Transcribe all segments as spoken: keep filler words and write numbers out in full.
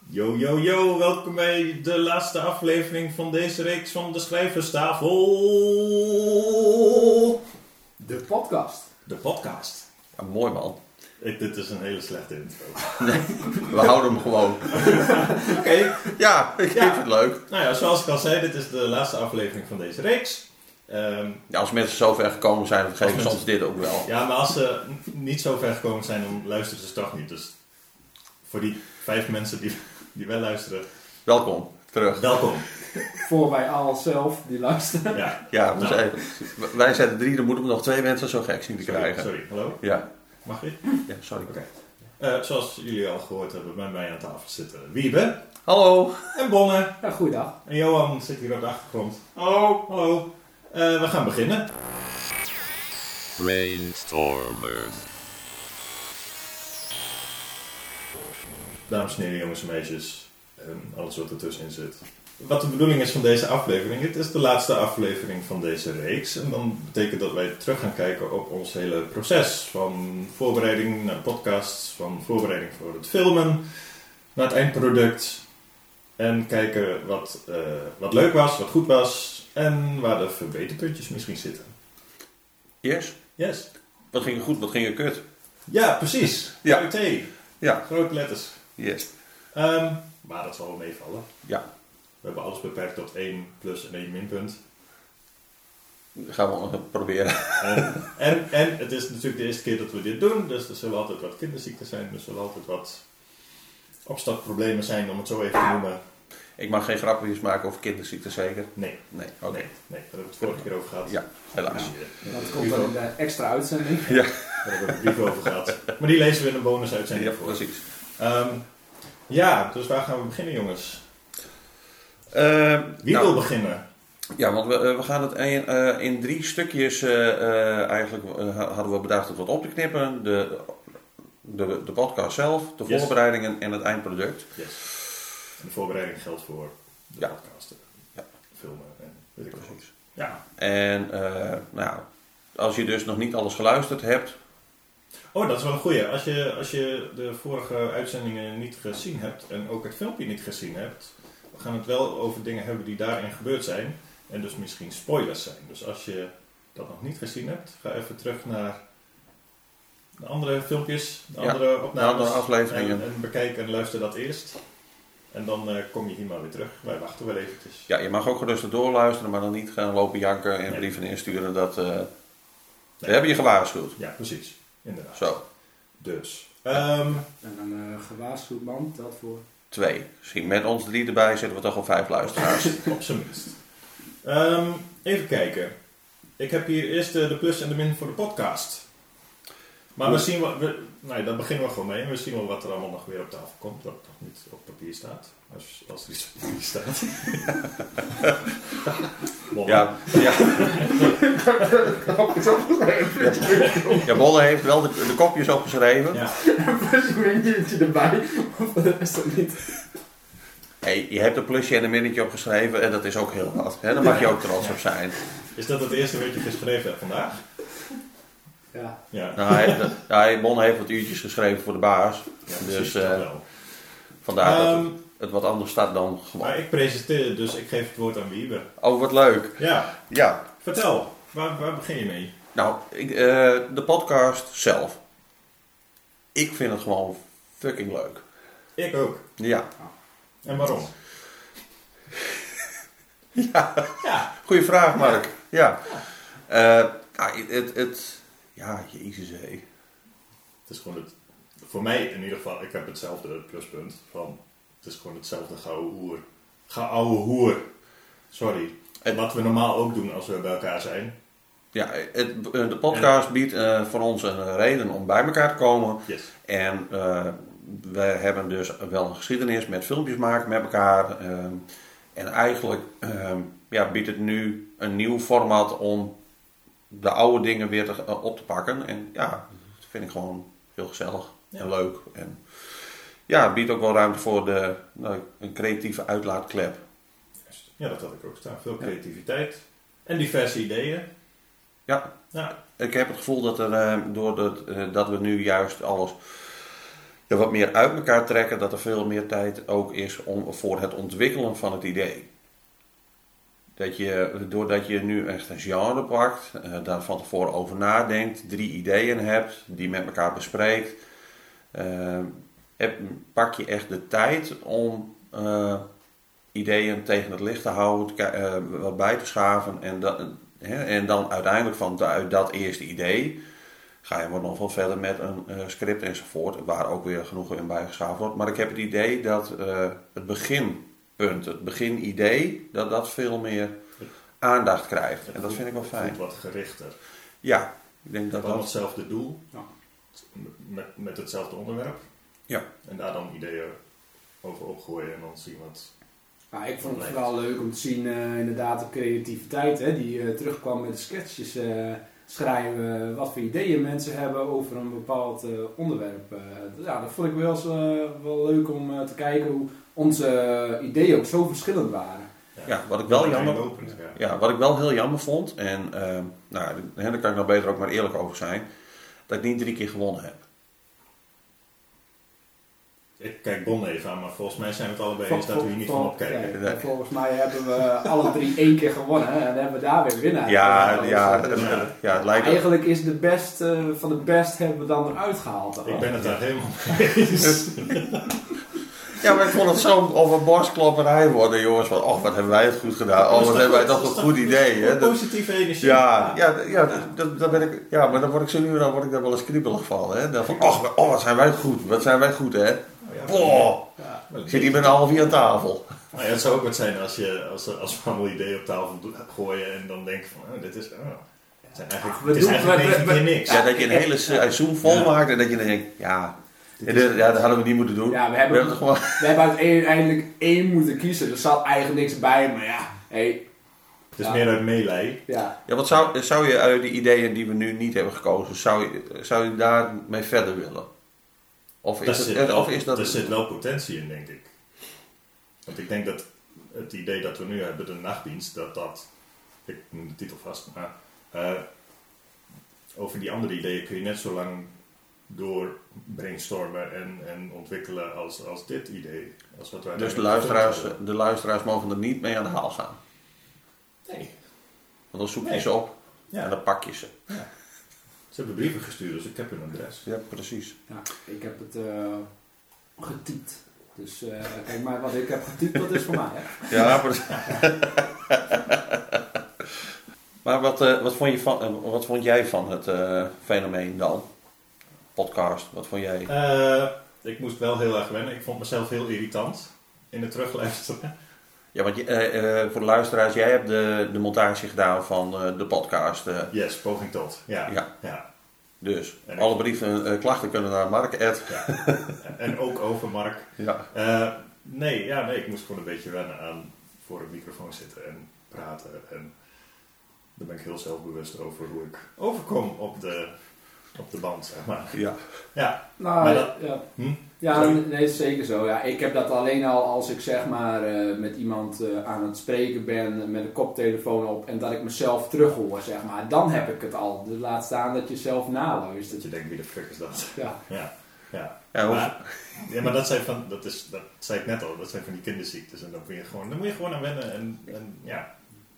Yo, yo, yo, welkom bij de laatste aflevering van deze reeks van de Schrijverstafel. De podcast. De podcast. Ja, mooi man. Ik, dit is een hele slechte intro. Nee, we houden hem gewoon. Oké. Okay. Ja, ik ja. vind het leuk. Nou ja, zoals ik al zei, dit is de laatste aflevering van deze reeks. Um, ja, als mensen zo ver gekomen zijn, dan geven mensen... soms dit ook wel. Ja, maar als ze niet zo ver gekomen zijn, dan luisteren ze toch niet. Dus voor die vijf mensen die, die wel luisteren... Welkom, terug. Welkom. Voor wij al zelf die luisteren. Ja, ja nou. even, wij zijn er drie, dan moeten we nog twee mensen zo gek zien te sorry, krijgen. Sorry, hallo? Ja. Mag ik? Ja, sorry. Oké. Okay. Uh, zoals jullie al gehoord hebben, bij mij aan tafel zitten Wiebe. Hallo. En Bonne. Ja, goeiedag. En Johan zit hier op de achtergrond. Hallo. Hallo. Uh, we gaan beginnen. Brainstormers. Dames en heren, jongens en meisjes. En alles wat ertussenin zit. Wat de bedoeling is van deze aflevering. Het is de laatste aflevering van deze reeks. En dan betekent dat wij terug gaan kijken op ons hele proces. Van voorbereiding naar podcasts. Van voorbereiding voor het filmen. Naar het eindproduct. En kijken wat, uh, wat leuk was, wat goed was. En waar de verbeterpuntjes misschien zitten. Yes. Yes. Wat ging er goed, wat ging er kut? Ja, precies. Ja. K U T. Ja. Grote letters. Yes. Um, maar dat zal wel meevallen. Ja. We hebben alles beperkt tot één plus en één minpunt. Dat gaan we nog proberen. En, en, en het is natuurlijk de eerste keer dat we dit doen. Dus er zullen altijd wat kinderziekten zijn. Er zullen altijd wat opstartproblemen zijn, om het zo even te noemen. Ik mag geen grapjes maken over kinderziekten, zeker? Nee. Nee, oké. Okay. Nee, nee, daar hebben we het vorige keer over gehad. Ja, helaas. Ja, dat komt dan in de extra uitzending. Ja. Daar hebben we een brief over gehad. Maar die lezen we in een bonusuitzending Ja, voor. precies. Um, ja, dus waar gaan we beginnen, jongens? Uh, Wie nou, wil beginnen? Ja, want we, we gaan het in, uh, in drie stukjes uh, uh, eigenlijk uh, hadden we bedacht het wat op te knippen. De, de, de podcast zelf, de yes. voorbereidingen en het eindproduct. Yes. En de voorbereiding geldt voor de ja. podcasten, ja. filmen en weet ik wat. Precies. Ja. En uh, nou, als je dus nog niet alles geluisterd hebt. Oh, dat is wel een goeie. Als je, als je de vorige uitzendingen niet gezien hebt en ook het filmpje niet gezien hebt, we gaan het wel over dingen hebben die daarin gebeurd zijn. En dus misschien spoilers zijn. Dus als je dat nog niet gezien hebt, ga even terug naar de andere filmpjes, de ja, andere opnames. andere afleveringen. En, en bekijk en luister dat eerst. En dan uh, kom je hier maar weer terug. Wij wachten wel eventjes. Ja, je mag ook gerust doorluisteren, maar dan niet gaan lopen janken en nee. brieven insturen. Dat, uh, nee. We hebben je gewaarschuwd. Ja, precies. Inderdaad. Zo. Dus. Um, en een uh, gewaarschuwd man telt voor... Twee. Misschien met ons drie erbij zitten we toch al vijf luisteraars. Op zijn minst. Um, even kijken. Ik heb hier eerst de, de plus en de min voor de podcast. Maar we zien wel, we, nee, daar beginnen we gewoon mee. En we zien wel wat er allemaal nog weer op tafel komt. Wat nog niet op papier staat. Als, als er iets op papier staat. ja, ja. ja, Bolle heeft wel de, de kopjes opgeschreven. Ja. Een minnetje erbij. Of de rest ook niet. Hey, je hebt een plusje en een minnetje opgeschreven en dat is ook heel wat. Hè? Daar mag je ook trots op zijn. Is dat het eerste wat je geschreven hebt vandaag? Ja. Ja. Nou, hij, nou, Bon heeft wat uurtjes geschreven voor de baas. Ja, dus uh, uh, vandaar um, dat het, het wat anders staat dan gewoon. Maar ik presenteer, dus ik geef het woord aan Wiebe. Oh, wat leuk. Ja. Ja. Vertel, waar, waar begin je mee? Nou, ik, uh, de podcast zelf. Ik vind het gewoon fucking leuk. Ik ook. Ja. En waarom? ja. ja. Goeie vraag, Mark. Ja. ja. Uh, nou, het, het... Ja, jezus hé. Het is gewoon het... Voor mij in ieder geval, ik heb hetzelfde pluspunt van... Het is gewoon hetzelfde gouden hoer. Gouden hoer. Sorry. En wat we normaal ook doen als we bij elkaar zijn. Ja, het, de podcast en, biedt uh, voor ons een reden om bij elkaar te komen. Yes. En uh, we hebben dus wel een geschiedenis met filmpjes maken met elkaar. Uh, en eigenlijk uh, ja, biedt het nu een nieuw format om de oude dingen weer te, uh, op te pakken. En ja, dat vind ik gewoon heel gezellig ja. en leuk. En ja, het biedt ook wel ruimte voor de, nou, een creatieve uitlaatklep. Ja, dat had ik ook staan. Veel creativiteit ja. en diverse ideeën. Ja. ja, ik heb het gevoel dat, er, uh, door dat, uh, dat we nu juist alles ja, wat meer uit elkaar trekken, dat er veel meer tijd ook is om, voor het ontwikkelen van het idee. Dat je, doordat je nu echt een genre pakt, uh, daar van tevoren over nadenkt, drie ideeën hebt, die met elkaar bespreekt, uh, heb, pak je echt de tijd om uh, ideeën tegen het licht te houden, te, uh, wat bij te schaven en, dat, hè, en dan uiteindelijk van uit dat eerste idee ga je nog wel verder met een uh, script enzovoort, waar ook weer genoeg in bijgeschaafd wordt. Maar ik heb het idee dat uh, het beginpunt, het beginidee, dat dat veel meer aandacht krijgt. En dat vind ik wel fijn. Het wat gerichter. Ja, ik denk dat Wel dat... hetzelfde doel, Ja. met, met hetzelfde onderwerp. Ja. En daar dan ideeën over opgooien en dan zien wat... Ja, ik vond het vooral leuk om te zien, uh, inderdaad, de creativiteit hè, die uh, terugkwam met de sketches uh, schrijven, wat voor ideeën mensen hebben over een bepaald uh, onderwerp. Uh, ja, dat vond ik wel, eens, uh, wel leuk om uh, te kijken hoe onze uh, ideeën ook zo verschillend waren. Ja, wat ik wel jammer, Lopend, ja. ja, wat ik wel heel jammer vond, en uh, nou, daar kan ik nog beter ook maar eerlijk over zijn, dat ik niet drie keer gewonnen heb. Ik kijk Bon even aan, maar volgens mij zijn we het allebei eens dat we hier niet van opkijken. Ja, volgens mij hebben we alle drie één keer gewonnen hè, en hebben we daar weer winnaar. Ja, dus, ja, dus, ja, uh, ja, het lijkt eigenlijk is de best uh, van de best hebben we dan eruit gehaald. Ik ben het daar helemaal mee eens. Ja, maar ik vond het zo of een borstklopperij worden, jongens. Van, oh, wat hebben wij het goed gedaan. Oh, wat hebben wij toch een goed idee. Hè? Dat, Positieve energie. ja, ja, ja, dat, dat ben ik, ja, maar dan word ik zo nu en dan word ik daar wel eens kriebelig van. Hè? Dan van, oh, oh, wat zijn wij goed. Wat zijn wij goed, hè. Boah, ik zit hier met een half uur aan tafel. Nou ja, het zou ook wat zijn als, je, als, als we allemaal ideeën op tafel gooien en dan denk je van, oh, dit is... Oh. Het, zijn eigenlijk, We het is doen- eigenlijk we- negen we- keer niks. Ja, dat je een hele seizoen vol maakt en dat je dan denkt, ja, ja, dit- ja, dat hadden we niet moeten doen. Ja, we We hebben, hebben het gewoon... we hebben uiteindelijk één moeten kiezen. Er zat eigenlijk niks bij, maar ja, hey, Het is Ja. meer uit meelij. ja. Ja, wat zou, zou je uit de ideeën die we nu niet hebben gekozen, zou je, zou je daarmee verder willen? Of Daar is, zit, het, wel, of is dat... er zit wel potentie in, denk ik. Want ik denk dat het idee dat we nu hebben, de nachtdienst, dat dat... Ik noem de titel vast, maar... Uh, over die andere ideeën kun je net zo lang door brainstormen en, en ontwikkelen als, als dit idee. Als wat wij Dus de uiteindelijk luisteraars, gevonden de luisteraars mogen er niet mee aan de haal gaan. hebben. Nee. Want dan zoek je Nee. ze op en Ja. dan pak je ze. Ze hebben brieven gestuurd, dus ik heb hun adres. Ja, precies. Ja, ik heb het uh, getypt. Dus uh, kijk maar, wat ik heb getypt, dat is voor mij. Hè? Ja, precies. Maar wat, uh, wat, vond je van, uh, wat vond jij van het uh, fenomeen dan? Podcast, wat vond jij? Uh, ik moest wel heel erg wennen. Ik vond mezelf heel irritant in het terugluisteren. Ja, want uh, uh, voor de luisteraars, jij hebt de, de montage gedaan van uh, de podcast. Uh, Yes, poging tot. Ja. Ja. ja. dus En alle ik- brieven, uh, klachten kunnen naar Mark. Ed. ja. En ook over Mark. Ja. Uh, nee, ja, nee, ik moest gewoon een beetje wennen aan voor een microfoon zitten en praten. En daar ben ik heel zelfbewust over hoe ik overkom op de, op de band, zeg maar. Ja. Ja, Nou, Maar dat- ja. hm? Ja, Sorry. nee, dat is zeker zo. Ja, ik heb dat alleen al als ik zeg maar uh, met iemand uh, aan het spreken ben, met een koptelefoon op en dat ik mezelf terughoor, zeg maar. Dan heb ik het al. Dus laat staan dat je zelf dat naluistert. je denkt, wie de fuck is dat? Ja. Ja, ja. Ja, hoe- Maar, ja, maar dat zijn van, dat is, dat zei ik net al, dat zijn van die kinderziektes. En dan moet je gewoon, dan moet je gewoon aan wennen en, en ja.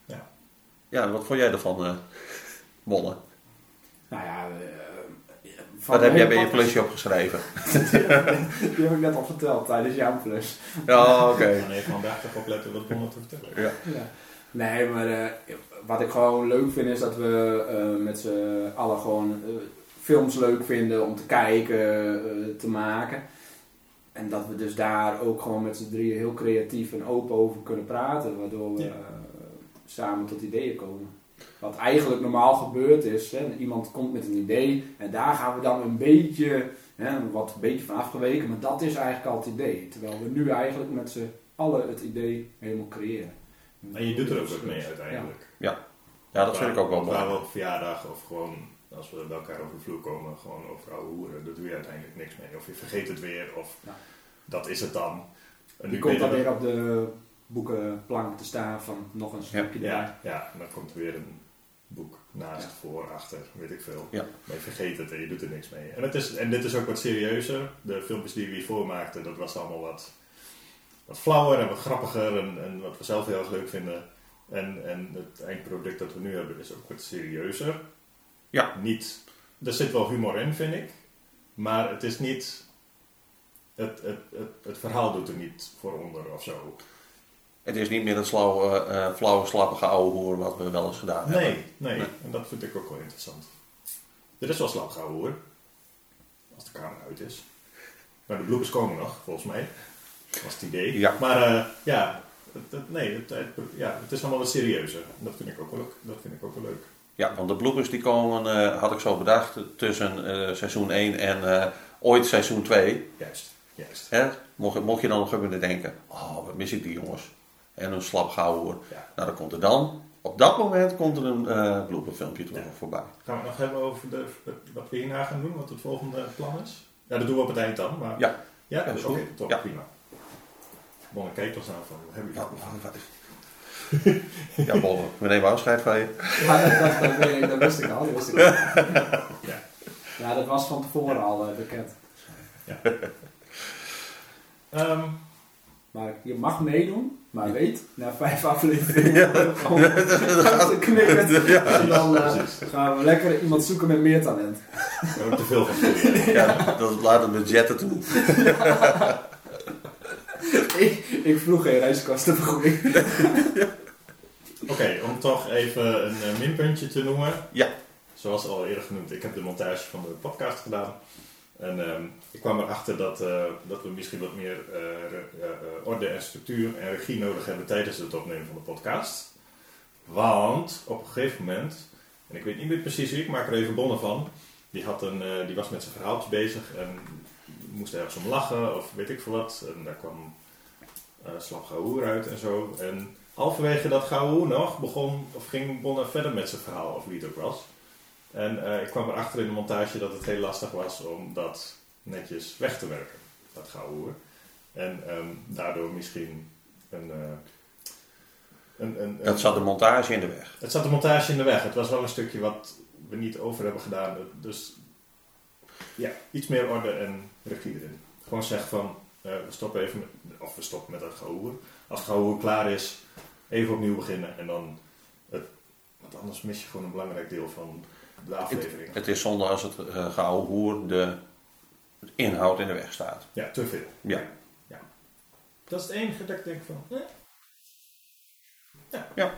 ja, wat vond jij ervan, uh, Bonne? Nou ja, uh, Wat heb jij bij je podcast- plusje opgeschreven? Die heb ik net al verteld tijdens jouw plus. Ja, oké. Dan even vandaag toch opletten wat Bonne te vertellen. Ja. Ja. Nee, maar uh, wat ik gewoon leuk vind is dat we uh, met z'n allen gewoon uh, films leuk vinden om te kijken, uh, te maken. En dat we dus daar ook gewoon met z'n drieën heel creatief en open over kunnen praten. Waardoor we Ja. uh, samen tot ideeën komen. Wat eigenlijk normaal gebeurd is. Hè? Iemand komt met een idee en daar gaan we dan een beetje, hè, wat een beetje van afgeweken. Maar dat is eigenlijk al het idee. Terwijl we nu eigenlijk met z'n allen het idee helemaal creëren. En je doet er ook wat mee uiteindelijk. Ja, dat vind ik ook wel Waar mooi. we op verjaardag of gewoon als we bij elkaar over de vloer komen, gewoon over oude hoeren, daar doe je uiteindelijk niks mee. Of je vergeet het weer, of Ja. dat is het dan. En Die komt dan weten we- weer op de boekenplank te staan van nog een Ja. stukje erbij. Ja, ja, en dan komt er weer een boek naast, ja. voor, achter, weet ik veel. Ja. Maar je vergeet het en je doet er niks mee. En, het is, en dit is ook wat serieuzer. De filmpjes die we hiervoor maakten, dat was allemaal wat, wat flauwer en wat grappiger en, en wat we zelf heel erg leuk vinden. En, en het eindproduct dat we nu hebben is ook wat serieuzer. Ja. Niet, er zit wel humor in, vind ik. Maar het is niet... Het, het, het, het verhaal doet er niet voor onder of zo. Het is niet meer het flauwe, uh, flauwe slappige oude hoer wat we wel eens gedaan nee, hebben. Nee, nee. En dat vind ik ook wel interessant. Dit is wel slappige oude hoer. Als de camera uit is. Maar de bloopers komen nog, volgens mij. Was het idee. Ja. Maar uh, ja, het, het, nee, het, het, ja, het is allemaal wat serieuzer. Dat vind ik ook wel, dat vind ik ook wel leuk. Ja, want de bloopers die komen, uh, had ik zo bedacht, tussen uh, seizoen één en uh, ooit seizoen twee. Juist, juist. Hè? Mocht, mocht je dan nog kunnen denken, oh, wat mis ik die jongens. En een slap gauw hoor. Ja. Nou, dan komt er dan, op dat moment komt er een uh, blooperfilmpje ja. voorbij. Gaan we het nog hebben over de, wat we hierna gaan doen, wat het volgende plan is? Ja, dat doen we op het eind dan. Maar... Ja. Ja, dat is oké, okay, top, ja. prima. Bonne, kijk toch nou van, wat hebben jullie ja, ja, Bonne, we nemen afscheid van je. Ja, dat, dat, dat, nee, dat wist ik al, dat wist ik al. Ja. Ja, dat was van tevoren al uh, bekend. Ja. um, maar je mag meedoen, maar weet, na vijf afleveringen ja. gewoon gaan te knikken. Ja. En dan uh, gaan we lekker iemand zoeken met meer talent. We hebben te veel van studeren. Ja, dat laat het budgetten toe. Ja. ik, ik vroeg geen reiskostenvergoeding. Oké, okay, om toch even een uh, minpuntje te noemen. Ja. Zoals al eerder genoemd, ik heb de montage van de podcast gedaan. En um, ik kwam erachter dat, uh, dat we misschien wat meer uh, uh, uh, orde en structuur en regie nodig hebben tijdens het opnemen van de podcast. Want op een gegeven moment, en ik weet niet meer precies wie, ik maak er even bonnen van. Die, had een, uh, die was met zijn verhaaltje bezig en moest ergens om lachen of weet ik veel wat. En daar kwam uh, slap gauwhoer uit en zo. En halverwege dat gauwhoer nog begon, of ging Bonne verder met zijn verhaal, of wie het ook was. En uh, ik kwam erachter in de montage dat het heel lastig was om dat netjes weg te werken, dat gauwhoer. En um, daardoor misschien een, uh, een, een... Dat zat de montage in de weg. Het zat de montage in de weg. Het was wel een stukje wat we niet over hebben gedaan. Dus ja, iets meer orde en regie erin. Gewoon zeggen van, uh, we stoppen even met, of we stoppen met dat gauwhoer. Als het gauwhoer klaar is, even opnieuw beginnen en dan... Het, want anders mis je gewoon een belangrijk deel van... de aflevering. Het, het is zonde als het uh, geouwe hoer de inhoud in de weg staat. Ja, te veel. Ja. ja. Dat is het enige dat ik denk van... Eh. Ja. Ja.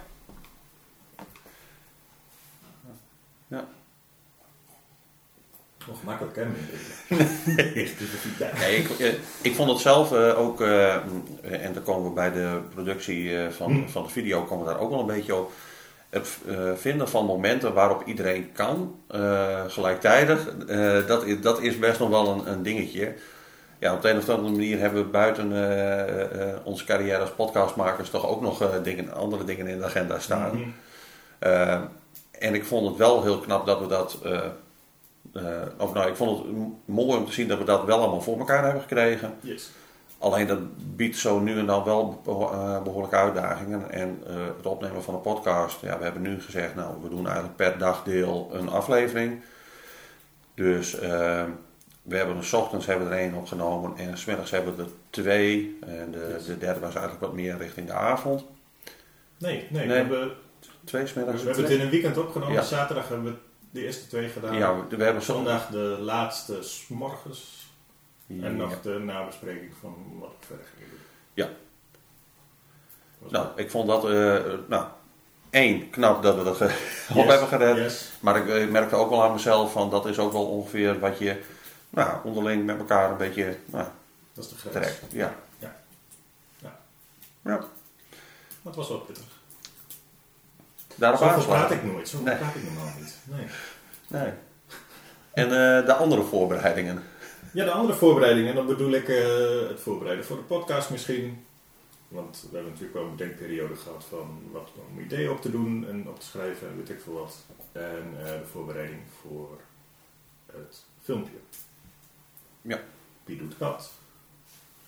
Ja. Ongemakkelijk kennen nee. nee, ik, uh, ik vond het zelf uh, ook... Uh, en dan komen we bij de productie uh, van, hmm. van de video... komen we daar ook wel een beetje op... Het uh, vinden van momenten waarop iedereen kan, uh, gelijktijdig, uh, dat, is, dat is best nog wel een, een dingetje. Ja, op de een of andere manier hebben we buiten uh, uh, onze carrière als podcastmakers toch ook nog uh, dingen, andere dingen in de agenda staan. Mm-hmm. Uh, en ik vond het wel heel knap dat we dat, uh, uh, of nou, ik vond het mooi om te zien dat we dat wel allemaal voor elkaar hebben gekregen. Yes. Alleen dat biedt zo nu en dan wel behoorlijke uitdagingen. En uh, het opnemen van een podcast, ja, we hebben nu gezegd, nou, we doen eigenlijk per dagdeel een aflevering. Dus uh, we hebben er 's ochtends hebben we er één opgenomen en 's middags hebben we er twee. En de, yes. de derde was eigenlijk wat meer richting de avond. Nee, nee, nee we hebben... Twee 's middags. We hebben het in een weekend opgenomen. Ja. Zaterdag hebben we de eerste twee gedaan. Ja, we, we hebben zondag de laatste 's morgens. Ja. En nog de nabespreking van wat ik verder ging doen. Ja. Nou, ik vond dat, uh, nou, één, knap dat we dat uh, yes. op hebben gered. Yes. Maar ik uh, merkte ook wel aan mezelf van, dat is ook wel ongeveer wat je, nou, onderling met elkaar een beetje, nou, dat is de grens. trekt. Ja. Ja. Ja. Ja. Maar het was wel pittig. Daarop zo praat ik nooit. Zo nee. praat ik normaal niet. Nee. Nee. En uh, de andere voorbereidingen? Ja, de andere voorbereidingen, dan bedoel ik uh, het voorbereiden voor de podcast misschien. Want we hebben natuurlijk wel een bedenkperiode gehad van wat om ideeën op te doen en op te schrijven en weet ik veel wat. En uh, de voorbereiding voor het filmpje. Ja. Wie doet wat?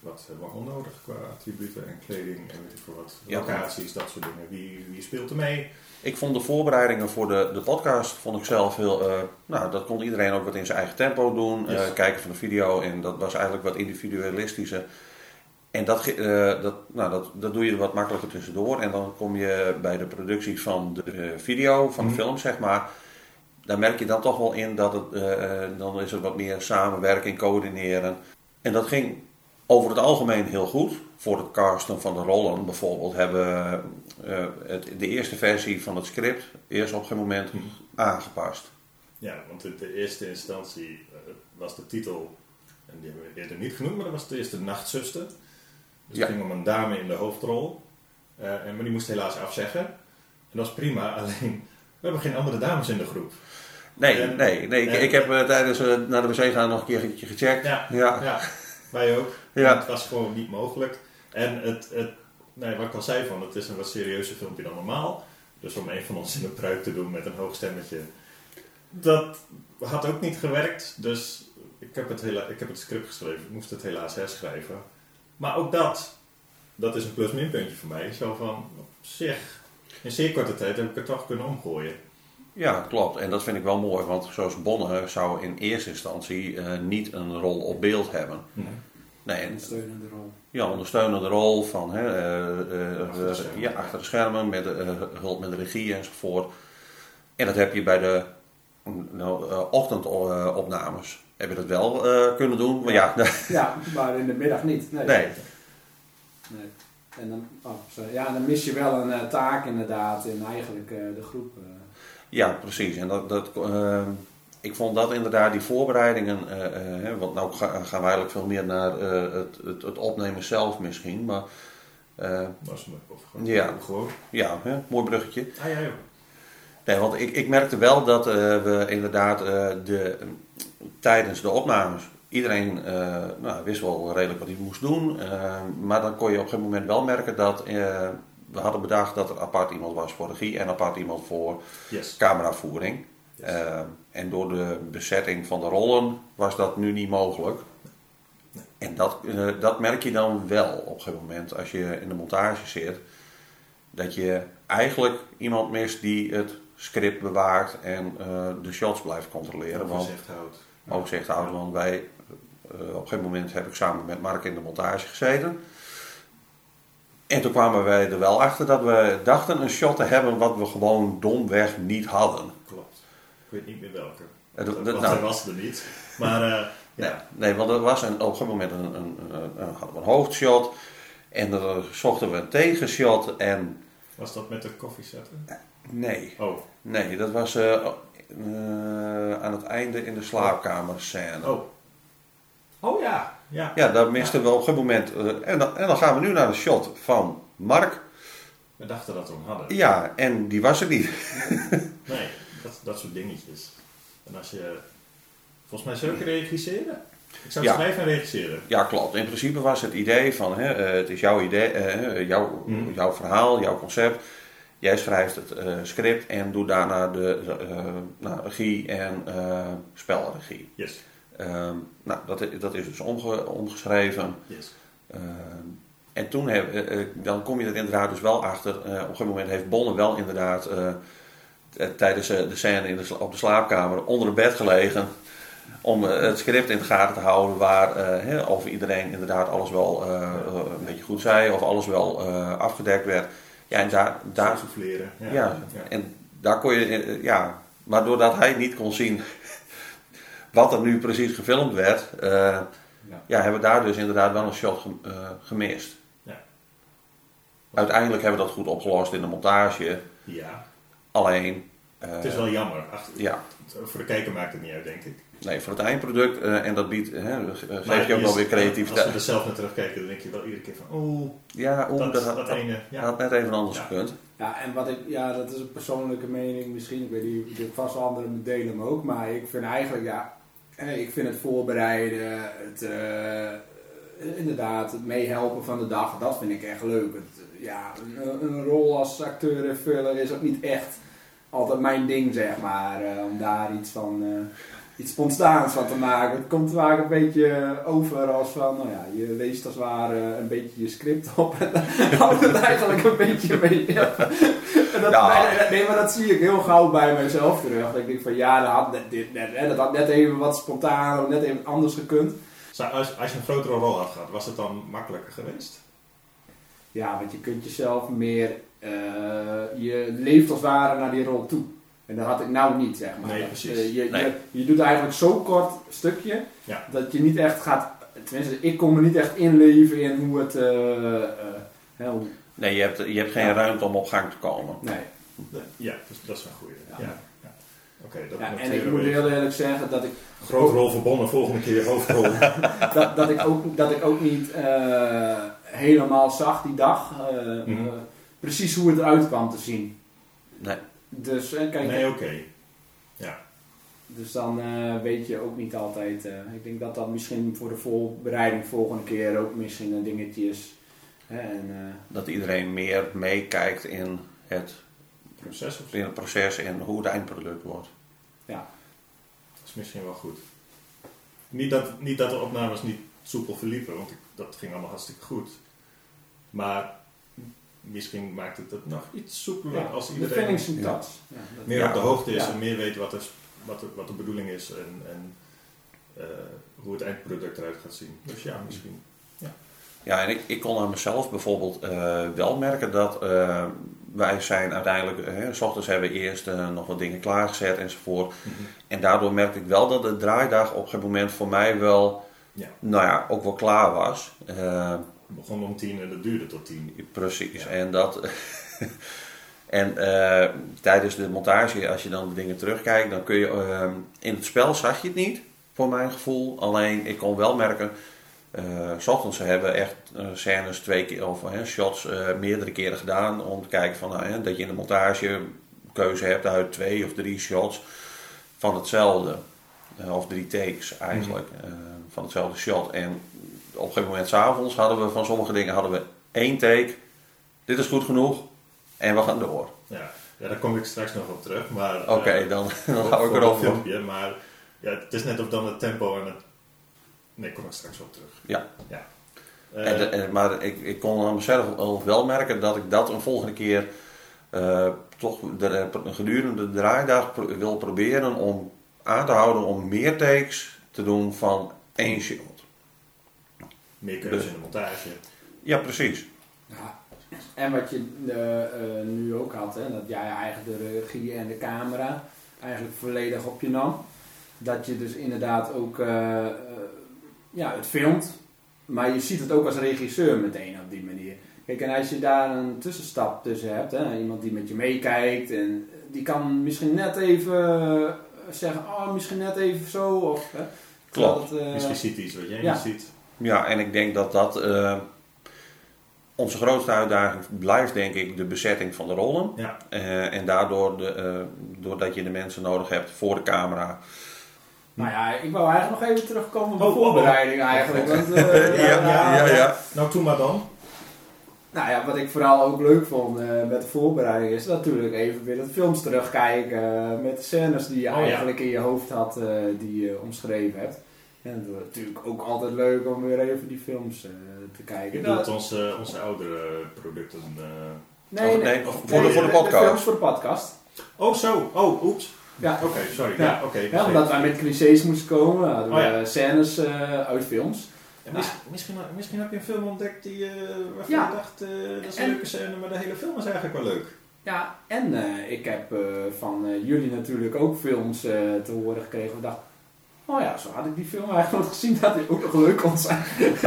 wat hebben we onnodig qua attributen en kleding en weet ik veel wat, Ja. locaties, dat soort dingen. Wie, wie speelt er mee? Ik vond de voorbereidingen voor de, de podcast, vond ik zelf heel, uh, nou dat kon iedereen ook wat in zijn eigen tempo doen, Yes. uh, kijken van de video en dat was eigenlijk wat individualistischer. En dat, uh, dat, nou, dat, dat doe je er wat makkelijker tussendoor en dan kom je bij de productie van de uh, video, van de Mm. film zeg maar. Daar merk je dan toch wel in dat het, uh, dan is er wat meer samenwerking, coördineren. En dat ging over het algemeen heel goed. Voor het casten van de rollen bijvoorbeeld hebben uh, het, de eerste versie van het script eerst op een gegeven moment Mm. aangepast. Ja, want in de eerste instantie uh, was de titel, en die hebben we eerder niet genoemd, maar dat was de eerste Nachtzuster. Dus Ja. het ging om een dame in de hoofdrol. Uh, en, maar die moest helaas afzeggen. En dat was prima, alleen we hebben geen andere dames in de groep. Nee, En- nee, nee. Ik, en- ik heb uh, tijdens uh, naar de wc gaan nog een keer gecheckt. Ja, Ja. ja, wij ook. Ja. Het was gewoon niet mogelijk. En het, het, nee, wat ik al zei, van, het is een wat serieuzer filmpje dan normaal. Dus om een van ons in een pruik te doen met een hoog stemmetje, dat had ook niet gewerkt. Dus ik heb het, hela- ik heb het script geschreven, ik moest het helaas herschrijven. Maar ook dat, dat is een plus-min puntje voor mij. Zo van, op zich, in zeer korte tijd heb ik het toch kunnen omgooien. Ja, klopt. En dat vind ik wel mooi, want zoals Bonne zou in eerste instantie uh, niet een rol op beeld hebben. Nee. Nee, en, Een steunende rol. ja, ondersteunende rol van hè, uh, uh, Achter de schermen. ja, achter de schermen, met uh, hulp met de regie enzovoort. En dat heb je bij de nou, uh, ochtendopnames. Heb je dat wel uh, kunnen doen? Maar ja, Ja, maar in de middag niet. Nee. nee. Nee. En dan, oh, sorry. Ja, dan mis je wel een uh, taak inderdaad in eigenlijk uh, de groep. Uh. Ja, precies. En dat, dat, uh, ik vond dat inderdaad, die voorbereidingen, uh, uh, hè, want nou ga, gaan we eigenlijk veel meer naar uh, het, het, het opnemen zelf misschien, maar uh, Was me of gewoon. Ja. gewoon. ja, hè, mooi bruggetje. Ah ja, joh. Nee, want ik, ik merkte wel dat uh, we inderdaad uh, de, tijdens de opnames, iedereen uh, nou, wist wel redelijk wat hij moest doen, uh, maar dan kon je op een gegeven moment wel merken dat uh, we hadden bedacht dat er apart iemand was voor regie en apart iemand voor Yes. cameravoering. Yes. Uh, en door de bezetting van de rollen was dat nu niet mogelijk. Nee. En dat, uh, dat merk je dan wel op een gegeven moment als je in de montage zit. Dat je eigenlijk iemand mist die het script bewaart en uh, de shots blijft controleren. Want, Overzicht houdt. ook zegt de oude man, wij, uh, op een gegeven moment heb ik samen met Mark in de montage gezeten. En toen kwamen wij er wel achter dat we dachten een shot te hebben wat we gewoon domweg niet hadden. Klopt. Ik weet niet meer welke. Uh, dat, Want dat, hij nou, was er niet. Maar uh, nee, ja. nee, want er was een, op een gegeven moment een, een, een, een, hadden we een hoofdshot en dan zochten we een tegenshot en Was dat met de koffiezetter? nee, Oh. nee, dat was uh, uh, aan het einde in de slaapkamerscène. Oh. Oh ja. Ja. Ja, daar misten we op een gegeven moment. Uh, en, dan, en dan gaan we nu naar de shot van Mark. We dachten dat we hem hadden. Ja, en die was er niet. Nee, dat, dat soort dingetjes. En als je... Volgens mij zou ik regisseren. Ik zou Ja. schrijven en regisseren. Ja, klopt. In principe was het idee van, hè, uh, het is jouw idee, uh, jouw, Mm. jouw verhaal, jouw concept. Jij schrijft het uh, script en doet daarna de uh, nou, regie en uh, spelregie. Yes. Um, nou, dat, i- dat is dus omge, omgeschreven. Yes. Um, en toen heb, uh, uh, dan kom je er inderdaad dus wel achter. Uh, op een gegeven moment heeft Bonne wel inderdaad uh, t- tijdens uh, de scène in de sla- op de slaapkamer onder het bed gelegen. Om uh, het script in de gaten te houden waar, uh, hè, of iedereen inderdaad alles wel uh, uh, een beetje goed zei. Of alles wel uh, afgedekt werd. Ja, en daar, daar, Souffleren. Ja. ja, en daar kon je, uh, ja, maar doordat hij niet kon zien wat er nu precies gefilmd werd, uh, Ja. ja, hebben we daar dus inderdaad wel een shot ge- uh, gemist. Ja. Uiteindelijk hebben we dat goed opgelost in de montage, Ja. alleen, uh, Het is wel jammer. Ach, ja, voor de kijker maakt het niet uit, denk ik. nee, voor het eindproduct, uh, en dat biedt, uh, geeft Maar je ook is- wel weer Als we creativiteit. er zelf naar terugkijken, dan denk je wel iedere keer van... Oeh, Ja, oeh, dat, dat, dat, had, dat ene... Ja. had net even anders Ja. gekund. Ja, en wat ik, ja, dat is een persoonlijke mening misschien. Ik weet niet, ik vast anderen delen hem ook. Maar ik vind eigenlijk, ja, eh, ik vind het voorbereiden, het, uh, inderdaad, het meehelpen van de dag, dat vind ik echt leuk. Het, ja, een, een rol als acteur en filler is ook niet echt altijd mijn ding, zeg maar. Uh, om daar iets van uh, iets spontaans van te maken. Het komt vaak een beetje over als van, nou ja, je leest als het ware een beetje je script op en dan houdt het eigenlijk een beetje mee. En dat, Ja. nee, nee, maar dat zie ik heel gauw bij mezelf terug. Dat ik denk van, ja, dat had net, dit, net, dat had net even wat spontaan, net even anders gekund. Als, als je een grotere rol had gehad, was het dan makkelijker geweest? Ja, want je kunt jezelf meer, uh, je leeft als het ware naar die rol toe. En dat had ik nou niet, zeg maar. Nee, dat, precies. Uh, je, Nee. je, je doet eigenlijk zo'n kort stukje, Ja. dat je niet echt gaat, tenminste ik kon me niet echt inleven in hoe het, uh, uh, hè, hoe, Nee, je hebt, je hebt geen Ja. ruimte om op gang te komen. nee. Ja, dus dat is een goeie. Ja. Ja. Ja. Oké, dat Ja, en noteren ik we moet even. heel eerlijk zeggen dat ik, Grote rol verbonden, volgende keer hoofdrol. dat, dat ik, ook, dat ik ook niet uh, helemaal zag die dag, uh, Mhm. uh, precies hoe het eruit kwam te zien. Nee. Dus, uh, kijk, Nee, oké. Ja. Dus dan uh, weet je ook niet altijd. Uh, ik denk dat dat misschien voor de voorbereiding volgende keer ook misschien een dingetje is. Hè, en, uh, Dat iedereen meer meekijkt in het, Proces of zo. in het proces en hoe het eindproduct wordt. Dat is misschien wel goed. Niet dat, niet dat de opnames niet soepel verliepen, want ik, dat ging allemaal hartstikke goed. Maar misschien maakt het het nog iets soepeler ja, als de iedereen finishing ja. touch. Ja, dat- meer Ja. op de hoogte is Ja. en meer weet wat, er, wat, de, wat de bedoeling is en, en uh, hoe het eindproduct eruit gaat zien. Dus ja, misschien. Ja, en ik, ik kon aan mezelf bijvoorbeeld uh, wel merken dat uh, wij zijn uiteindelijk, uh, 's ochtends hebben we eerst uh, nog wat dingen klaargezet enzovoort. Mm-hmm. En daardoor merkte ik wel dat de draaidag op een gegeven moment voor mij wel, Ja. nou ja, ook wel klaar was. Uh, Het begon om tien en dat duurde tot tien. precies. Ja. En dat... En uh, tijdens de montage, als je dan de dingen terugkijkt, dan kun je... Uh, in het spel zag je het niet, voor mijn gevoel. Alleen, ik kon wel merken... Uh, 's ochtends hebben echt uh, scènes twee keer, of uh, shots uh, meerdere keren gedaan. Om te kijken van, uh, dat je in de montage keuze hebt uit twee of drie shots van hetzelfde. Uh, of drie takes eigenlijk, uh, van hetzelfde shot. En op een gegeven moment 's avonds hadden we van sommige dingen hadden we één take. Dit is goed genoeg. En we gaan door. Ja, ja daar kom ik straks nog op terug. Maar, Oké, okay, uh, dan, dan voor- hou ik voor erover. dat filmpje, maar ja, het is net of dan het tempo en het... Nee, kom ik straks op terug. Ja. ja. Uh, En de, en, maar ik, ik kon aan mezelf al wel merken dat ik dat een volgende keer uh, toch de, gedurende de draaidag pro- wil proberen om aan te houden om meer takes te doen van één shot. meer keuze in de montage. Ja, precies. Ja. En wat je uh, uh, nu ook had, hè, dat jij eigenlijk de regie en de camera eigenlijk volledig op je nam. Dat je dus inderdaad ook uh, uh, ja, het filmt, maar je ziet het ook als regisseur meteen op die manier. Kijk, en als je daar een tussenstap tussen hebt, hè, iemand die met je meekijkt en die kan misschien net even uh, zeggen, oh, misschien net even zo. Of, hè, Klopt. Het, uh, Misschien ziet hij iets wat jij ja. niet ziet. Ja, en ik denk dat dat uh, onze grootste uitdaging blijft, denk ik, de bezetting van de rollen. Ja. Uh, en daardoor, de, uh, doordat je de mensen nodig hebt voor de camera. Nou ja, ik wou eigenlijk nog even terugkomen op de Oh, voorbereiding oh, oh. eigenlijk. Want, uh, Ja, ja, ja. Nou, doe maar dan. Nou ja, wat ik vooral ook leuk vond uh, met de voorbereiding is natuurlijk even weer het films terugkijken uh, met de scènes die je Oh, ja. eigenlijk in je hoofd had, uh, die je omschreven hebt. En het wordt natuurlijk ook altijd leuk om weer even die films uh, te kijken. Je Nou, bedoelt onze, onze oudere producten. Uh... nee, Oh, nee, nee, voor de- voor de podcast. De films voor de podcast. Oh, zo. Oh, oeps. Ja. Oké, okay, sorry. Ja. Ja, oké. Okay, Ja, omdat wij met clichés moesten komen, hadden Oh, we ja. scènes uh, uit films. En mis, misschien, misschien heb je een film ontdekt die, uh, waarvan Ja. je dacht, uh, dat is een En- leuke scène, maar de hele film is eigenlijk wel leuk. Ja, en uh, ik heb uh, van uh, jullie natuurlijk ook films uh, te horen gekregen. Ik dacht, oh ja, zo had ik die film eigenlijk nog gezien dat die ook nog leuk kon zijn.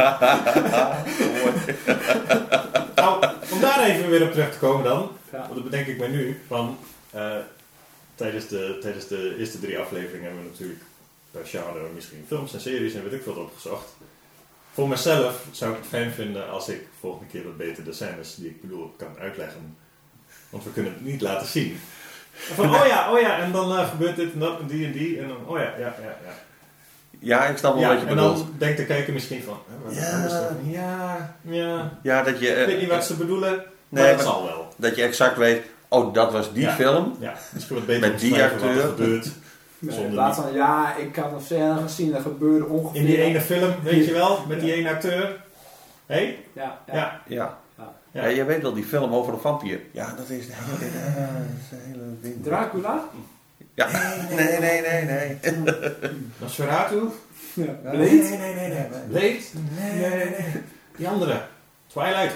Nou, om daar even weer op terug te komen dan, Ja. want dat bedenk ik mij nu, van uh, tijdens, de, tijdens de eerste drie afleveringen hebben we natuurlijk per genre misschien films en series en weet ik wat opgezocht. Voor mezelf zou ik het fijn vinden als ik volgende keer wat beter de scènes die ik bedoel kan uitleggen. Want we kunnen het niet laten zien. Van, oh ja, oh ja, en dan uh, gebeurt dit en dat en die en die. En dan, oh ja, ja, ja, ja. Ja, ik snap wel Ja, wat je en bedoelt. dan denkt de kijker misschien van, hè, wat Ja. is dat? Ja, ja. Ja, dat je, Ik uh, weet niet wat ze bedoelen, maar Nee, het maar- zal wel. dat je exact weet, oh, dat was die Ja. film. Ja, misschien wat beter Met die omschrijven wat er acteur. gebeurt. Nee, laatst van, ja, ik had een scène gezien, dat gebeurde ongeveer... In die ene film, weet je wel, met die ene acteur. Hé? Hey? Ja. Ja. Ja. ja. ja. ja. Je weet wel, die film over de vampier. Ja, dat is de hele, uh, de hele ding. Dracula? Ja. Nee, nee, nee, nee. Nosferatu? Ja. Blade? Nee, nee, nee, nee. nee. Blade? Nee, nee, nee, nee. Die andere. Twilight.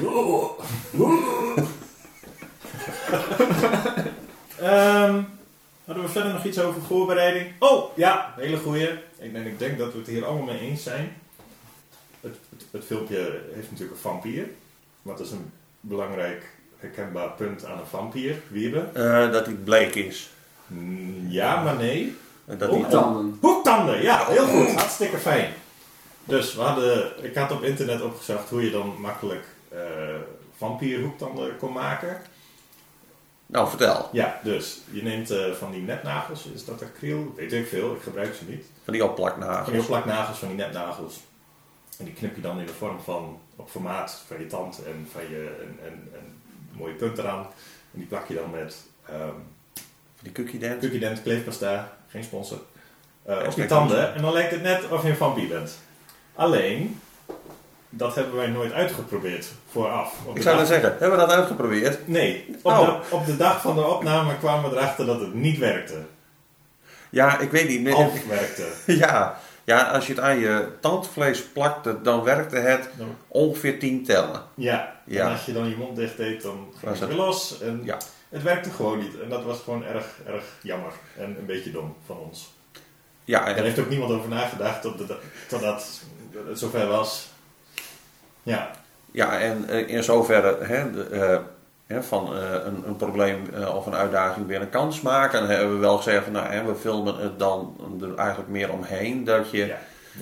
um, hadden we verder nog iets over voorbereiding? Oh, ja, hele goeie. Ik denk, ik denk dat we het hier allemaal mee eens zijn. Het, het, het filmpje heeft natuurlijk een vampier. Wat is een belangrijk herkenbaar punt aan een vampier? Wiebe? Uh, dat hij bleek is. Mm, ja, maar nee. Dat hoektanden. Hoektanden, ja, heel goed. Hartstikke fijn. Dus we hadden, ik had op internet opgezocht hoe je dan makkelijk uh, vampierhoektanden kon maken. Nou, vertel. Ja, dus je neemt uh, van die netnagels, is dat acryl? Weet ik veel, ik gebruik ze niet. Van die opplaknagels. Van die opplaknagels, van die netnagels. En die knip je dan in de vorm van, op formaat van je tand en van je een, een, een mooie punt eraan. En die plak je dan met um, die Cookie Dent. Cookie Dent kleefpasta, geen sponsor. Uh, op je tanden en dan lijkt het net of je een vampier bent. Alleen, dat hebben wij nooit uitgeprobeerd vooraf. Ik zou dan zeggen, hebben we dat uitgeprobeerd? Nee, op, oh. de, op de dag van de opname kwamen we erachter dat het niet werkte. Ja, ik weet niet. Of het werkte. Ja, ja, als je het aan je tandvlees plakte, dan werkte het dan ongeveer tien tellen. Ja, ja, en als je dan je mond dicht deed, dan ging het weer los. En ja. Het werkte gewoon niet. En dat was gewoon erg, erg jammer. En een beetje dom van ons. Ja, en daar heeft ook niemand over nagedacht totdat tot het zover was. Ja. Ja, en in zoverre hè, de, uh, van uh, een, een probleem uh, of een uitdaging weer een kans maken. En dan hebben we wel gezegd van, nou, hè, we filmen het dan er eigenlijk meer omheen. Dat je ja.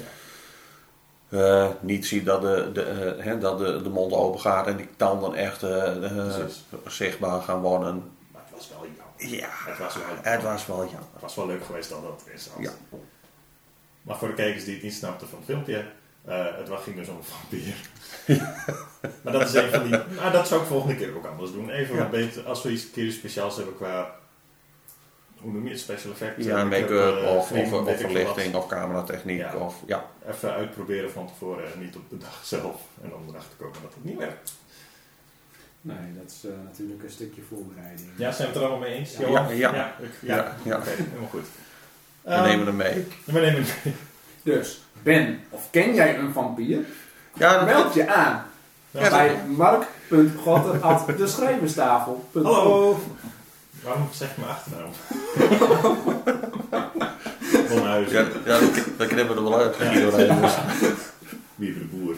Ja. Uh, niet ziet dat, de, de, uh, hè, dat de, de mond open gaat en die tanden echt uh, uh, zichtbaar gaan worden. Maar het was wel jammer. Ja, het was wel, het was wel jammer. Het was wel leuk geweest dat dat is. Ja. Maar voor de kijkers die het niet snapten van het filmpje, uh, het ging dus om een vampier. Maar dat is een van die... Nou, dat zou ik volgende keer ook anders doen. Even ja. wat beter, als we iets een keer iets speciaals hebben qua... Hoe noem je het? Special effects? Ja, make-up uh, of, of, of verlichting of cameratechniek. Ja. Of, ja. Even uitproberen van tevoren en niet op de dag zelf. En dan erachter komen dat het niet werkt. Nee, dat is uh, natuurlijk een stukje voorbereiding. Ja, zijn we het er allemaal mee eens? Ja, ja. ja. ja, ik, ja. ja, ja. Oké, okay, helemaal goed. We um, nemen hem mee. We nemen hem mee. Dus, Ben, of ken jij een vampier? Ja, meld je aan ja, bij mark punt gotter at de schrijverstafel punt com. Hallo! Waarom zeg je mijn achternaam? Ja, ja, dat knippen we er wel uit. Ja. Ja. Wiever de Boer.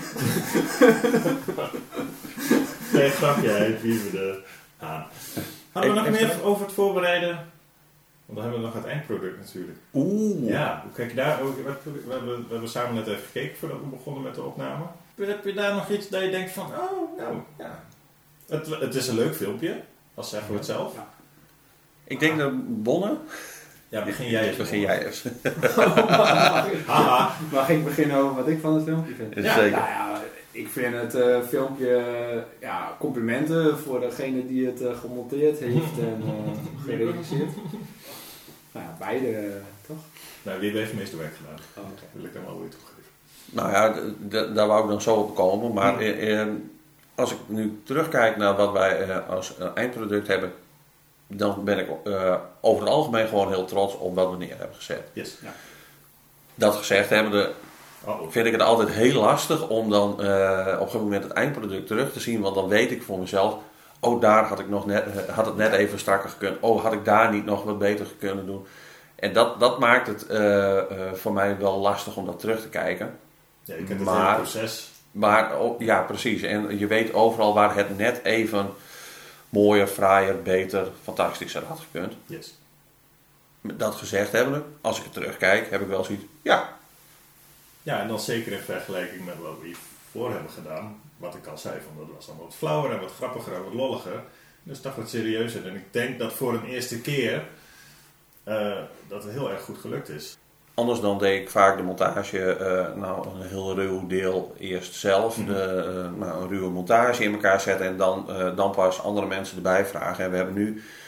Nee, grapje, hij Wiever de Haan. Hadden we nog meer over het voorbereiden? Want dan hebben we nog het eindproduct natuurlijk. Oeh. Ja, hoe kijk je daar? We hebben, we hebben samen net even gekeken voordat we begonnen met de opname. Heb je daar nog iets dat je denkt van, oh, nou, ja. Het, het is een leuk filmpje, als zeggen we het zelf. Ja. Ik denk dat Bonne... Ja, begin jij eens. Begin jij eens. Haha. Mag ik beginnen over wat ik van het filmpje vind? Ja, zeker. Nou ja, ik vind het uh, filmpje, ja, complimenten voor degene die het uh, gemonteerd heeft en uh, geregisseerd. Nou ja, beide, uh, toch? Nou, wie heeft het meeste werk gedaan? Oh, okay. Dat wil ik hem wel weer toegeven. Nou ja, d- d- daar wou ik dan zo op komen. Maar ja. eh, eh, als ik nu terugkijk naar wat wij eh, als uh, eindproduct hebben, dan ben ik uh, over het algemeen gewoon heel trots op wat we neer hebben gezet. Yes. Ja. Dat gezegd hebbende, Uh-oh. vind ik het altijd heel lastig om dan uh, op een gegeven moment het eindproduct terug te zien. Want dan weet ik voor mezelf, oh daar had, ik nog net, uh, had het net even strakker gekund. Oh, had ik daar niet nog wat beter kunnen doen. En dat, dat maakt het uh, uh, voor mij wel lastig om dat terug te kijken. Ja, je kent het hele proces. Maar, oh, ja, precies. En je weet overal waar het net even mooier, fraaier, beter, fantastischer had gekund. Yes. Dat gezegd hebbende, als ik het terugkijk, heb ik wel zoiets, ja. Ja, en dan zeker in vergelijking met wat we hiervoor hebben gedaan. Wat ik al zei, van, dat was dan wat flauwer en wat grappiger en wat lolliger. Dus toch wat serieuzer. En ik denk dat voor een eerste keer uh, dat het heel erg goed gelukt is. Anders dan deed ik vaak de montage, uh, nou een heel ruw deel eerst zelf, mm-hmm. de, uh, nou, een ruwe montage in elkaar zetten en dan, uh, dan pas andere mensen erbij vragen. En we hebben nu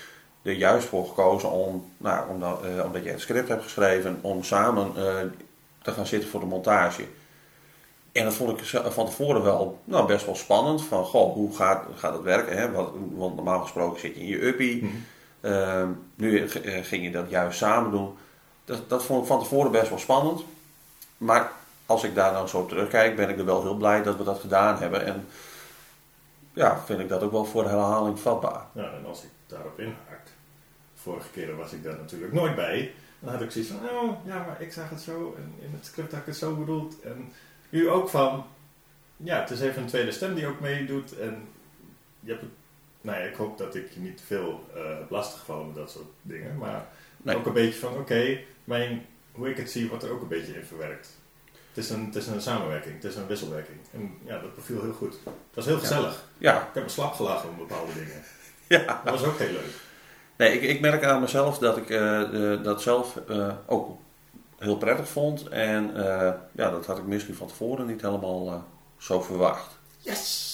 er juist voor gekozen om, nou, omdat, uh, omdat je het script hebt geschreven, om samen uh, te gaan zitten voor de montage. En dat vond ik van tevoren wel nou, best wel spannend. Van, goh, hoe gaat, gaat het werken? Hè? Want, want normaal gesproken zit je in je uppie. Mm-hmm. Uh, nu uh, ging je dat juist samen doen. Dat, dat vond ik van tevoren best wel spannend. Maar als ik daar dan zo terugkijk, ben ik er wel heel blij dat we dat gedaan hebben. En ja, vind ik dat ook wel voor de herhaling vatbaar. Ja, en als ik daarop inhaak. Vorige keren was ik daar natuurlijk nooit bij. Dan had ik zoiets van, oh ja, maar ik zag het zo. En in het script had ik het zo bedoeld. En u ook van, ja, het is even een tweede stem die ook meedoet. En je hebt het, nou ja, ik hoop dat ik je niet te veel uh, heb lastiggevallen met dat soort dingen. Maar nee. Ook een beetje van, oké, okay, mijn hoe ik het zie, wordt er ook een beetje in verwerkt. Het is een, het is een samenwerking, het is een wisselwerking. En ja, dat beviel heel goed. Het was heel gezellig. Ja. Ja. Ik heb me slap gelachen om bepaalde dingen. Ja. Dat was ook heel leuk. Nee, ik, ik merk aan mezelf dat ik uh, uh, dat zelf uh, ook heel prettig vond. En uh, ja, dat had ik misschien van tevoren niet helemaal uh, zo verwacht. Yes!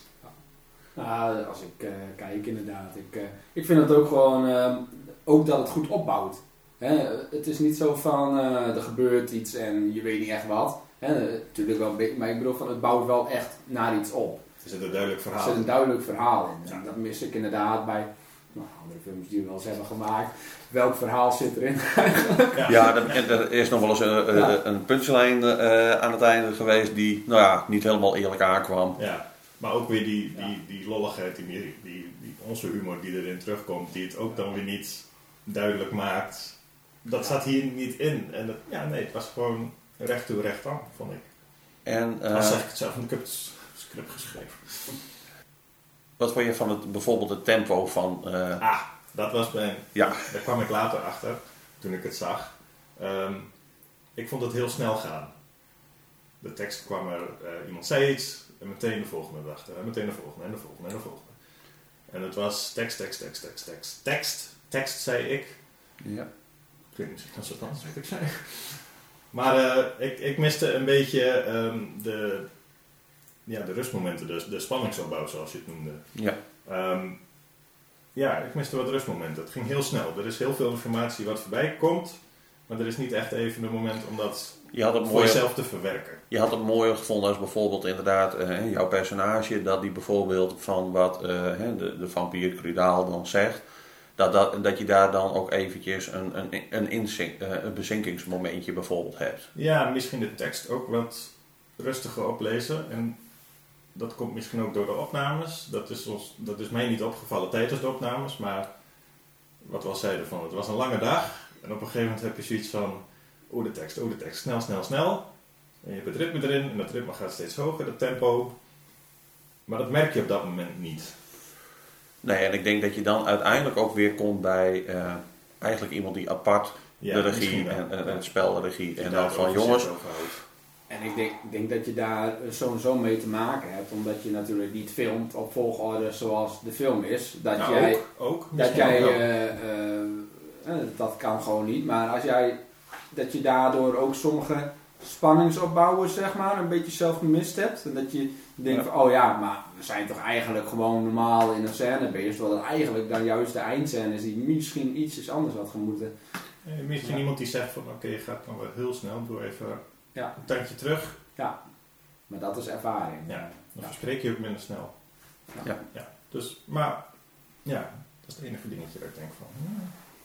Nou, als ik uh, kijk inderdaad. Ik, uh, ik vind het ook gewoon, uh, ook dat het goed opbouwt. Hè? Het is niet zo van, uh, er gebeurt iets en je weet niet echt wat. Hè? Natuurlijk wel, maar ik bedoel van, het bouwt wel echt naar iets op. Er zit een duidelijk verhaal in. Er zit een duidelijk verhaal in. En dat mis ik inderdaad bij nou, andere films die we wel eens hebben gemaakt. Welk verhaal zit erin eigenlijk? Ja, ja er, er is nog wel eens een, ja. een punchline uh, aan het einde geweest die nou ja, niet helemaal eerlijk aankwam. Ja, maar ook weer die, die, die lolligheid, die, die, die, die, onze humor die erin terugkomt, die het ook dan weer niet duidelijk maakt. Dat zat hier niet in. En het, ja, nee, het was gewoon recht toe recht aan, vond ik. En, uh, dan zeg ik het zelf, want ik heb het script geschreven. Wat vond je van het, bijvoorbeeld het tempo van... Uh... Ah, dat was mijn... Ja. Daar kwam ik later achter, toen ik het zag. Um, ik vond het heel snel gaan. De tekst kwam er, uh, iemand zei iets, en meteen de volgende dachten. En meteen de volgende, en de volgende, en de volgende. En het was tekst, tekst, tekst, tekst, tekst. Tekst, tekst, zei ik. Ja. Ik weet niet of dat zo anders wat ik zei. Maar uh, ik, ik miste een beetje um, de, ja, de rustmomenten, de, de spanningsopbouw zoals je het noemde. Ja. Um, ja, ik miste wat rustmomenten. Het ging heel snel. Er is heel veel informatie wat voorbij komt, maar er is niet echt even een moment om dat je had het voor mooie, jezelf te verwerken. Je had het mooier gevonden als bijvoorbeeld inderdaad uh, jouw personage, dat die bijvoorbeeld van wat uh, de, de vampier Crudaal dan zegt, Dat, dat, dat je daar dan ook eventjes een, een, een, inzink, uh, een bezinkingsmomentje bijvoorbeeld hebt. Ja, misschien de tekst ook wat rustiger oplezen. En dat komt misschien ook door de opnames. Dat is, ons, dat is mij niet opgevallen tijdens de opnames. Maar wat we al zeiden van, het was een lange dag. En op een gegeven moment heb je zoiets van, oh de tekst, oh de tekst, snel, snel, snel. En je hebt het ritme erin en dat ritme gaat steeds hoger, het tempo. Maar dat merk je op dat moment niet. Nee, en ik denk dat je dan uiteindelijk ook weer komt bij uh, eigenlijk iemand die apart ja, de regie en, en, en het spelregie die en dan van jongens. En ik denk, ik denk dat je daar sowieso mee te maken hebt, omdat je natuurlijk niet filmt op volgorde zoals de film is. Dat nou, jij, ook, ook dat jij, uh, uh, uh, dat kan gewoon niet. Maar als jij, dat je daardoor ook sommige spanningsopbouwen zeg maar een beetje zelf gemist hebt. En dat je denkt ja. van, oh ja, maar we zijn toch eigenlijk gewoon normaal in een scène bezig. Terwijl het eigenlijk dan juist de eindscène is die misschien iets anders had gemoeten. Ja, misschien ja. iemand die zegt van, oké, okay, je gaat dan wel heel snel, doe even ja. een tandje terug. Ja, maar dat is ervaring. Ja, dan ja. verspreek je ook minder snel. Ja. Ja. ja. Dus, maar, ja, dat is het enige dingetje waar ik denk van. Ja,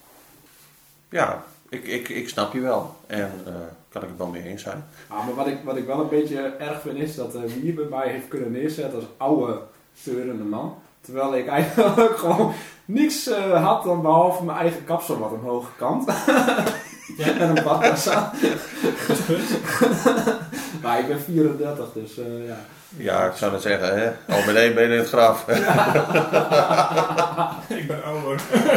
ja ik, ik, ik snap je wel. En uh, kan ik het wel mee eens zijn. Ah, maar wat ik, wat ik wel een beetje erg vind is dat uh, wie hier bij mij heeft kunnen neerzetten als oude zeurende man. Terwijl ik eigenlijk gewoon niks uh, had dan behalve mijn eigen kapsel wat omhoog gekant. Ja. En een badjas aan. Dat is punt. Maar ik ben vierendertig, dus uh, ja. Ja, ik zou het zeggen, hè. Al meteen ben je in het graf. Ik ben ouder.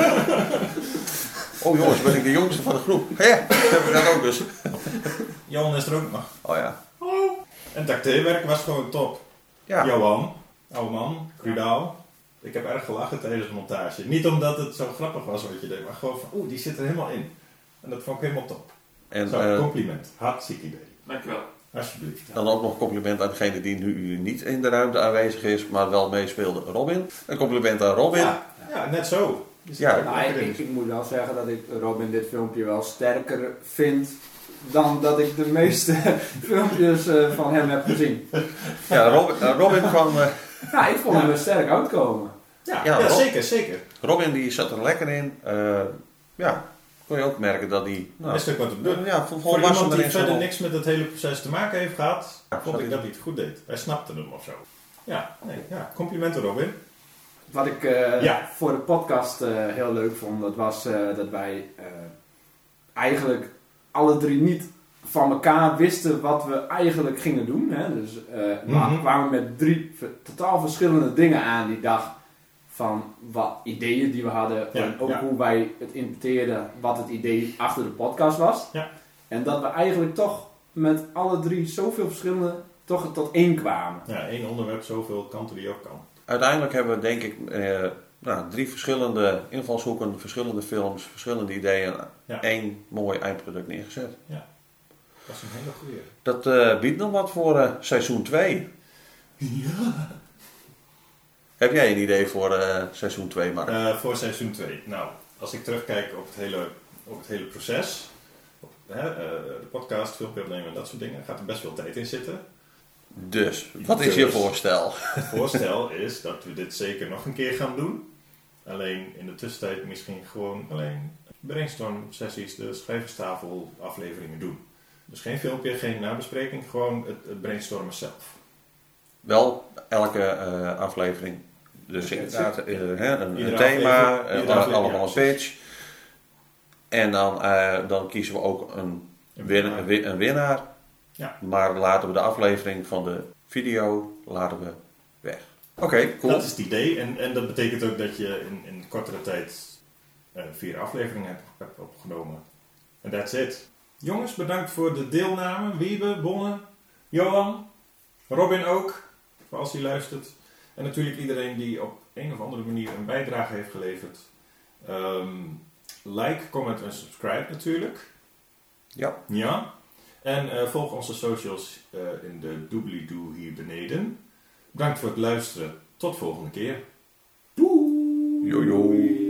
Oh jongens, ben ik de jongste van de groep. Hé, heb ik dat ook dus. Johan is er ook nog. Oh ja. Hallo. En het acteerwerk was gewoon top. Ja. Johan, oude man, Crudaal. Ik heb erg gelachen tijdens de montage. Niet omdat het zo grappig was wat je deed, maar gewoon van, oeh, die zit er helemaal in. En dat vond ik helemaal top. En, zo, uh, compliment. Hartstikke idee. Dankjewel. Alsjeblieft. Dan ook nog een compliment aan degene die nu niet in de ruimte aanwezig is, maar wel meespeelde, Robin. Een compliment aan Robin. Ja, ja net zo. Ja, nou, ik, ik, ik moet wel zeggen dat ik Robin dit filmpje wel sterker vind dan dat ik de meeste filmpjes uh, van hem heb gezien. Ja, Robin, uh, Robin kwam... Uh, ja, ik vond ja. hem er sterk uitkomen. Ja, ja, ja Rob, zeker, zeker. Robin die zat er lekker in. Uh, ja, kon je ook merken dat hij... Nou, een stuk wat te doen. Ja, voor, voor iemand die verder zo... niks met het hele proces te maken heeft gehad, ja, vond ik dat hij het goed deed. Hij snapte hem of zo. Ja, nee, ja, complimenten Robin. Wat ik uh, ja. voor de podcast uh, heel leuk vond, dat was uh, dat wij uh, eigenlijk alle drie niet van elkaar wisten wat we eigenlijk gingen doen. Hè? Dus uh, mm-hmm. we kwamen met drie totaal verschillende dingen aan die dag. Van wat ideeën die we hadden ja, en ook ja. hoe wij het interpreteerden, wat het idee achter de podcast was. Ja. En dat we eigenlijk toch met alle drie zoveel verschillende toch tot één kwamen. Ja, één onderwerp, zoveel kanten die ook kan. Uiteindelijk hebben we denk ik eh, nou, drie verschillende invalshoeken, verschillende films, verschillende ideeën, ja. één mooi eindproduct neergezet. Ja, dat is een hele goeie. Dat uh, biedt nog wat voor uh, seizoen twee. Ja. Heb jij een idee voor uh, seizoen twee, Mark? Uh, voor seizoen twee. Nou, als ik terugkijk op het hele, op het hele proces, op, hè, uh, de podcast, filmpje opnemen en dat soort dingen, gaat er best veel tijd in zitten. Dus, wat is je voorstel? Het voorstel is dat we dit zeker nog een keer gaan doen. Alleen in de tussentijd misschien gewoon alleen brainstorm sessies, de schrijverstafel afleveringen doen. Dus geen filmpje, geen nabespreking, gewoon het, het brainstormen zelf. Wel elke uh, aflevering. Dus inderdaad uh, een, een thema, uh, allemaal een pitch. En dan, uh, dan kiezen we ook een, een, win, een, win, een winnaar. Ja. Maar laten we de aflevering van de video laten we weg. Oké, okay, cool. Dat is het idee. En, en dat betekent ook dat je in, in kortere tijd uh, vier afleveringen hebt, hebt opgenomen. En that's it. Jongens, bedankt voor de deelname. Wiebe, Bonne, Johan, Robin ook. Voor als hij luistert. En natuurlijk iedereen die op een of andere manier een bijdrage heeft geleverd. Um, like, comment en subscribe natuurlijk. Ja. Ja. En uh, volg onze socials uh, in de doobly-doo hier beneden. Bedankt voor het luisteren. Tot volgende keer. Doei. Jojo.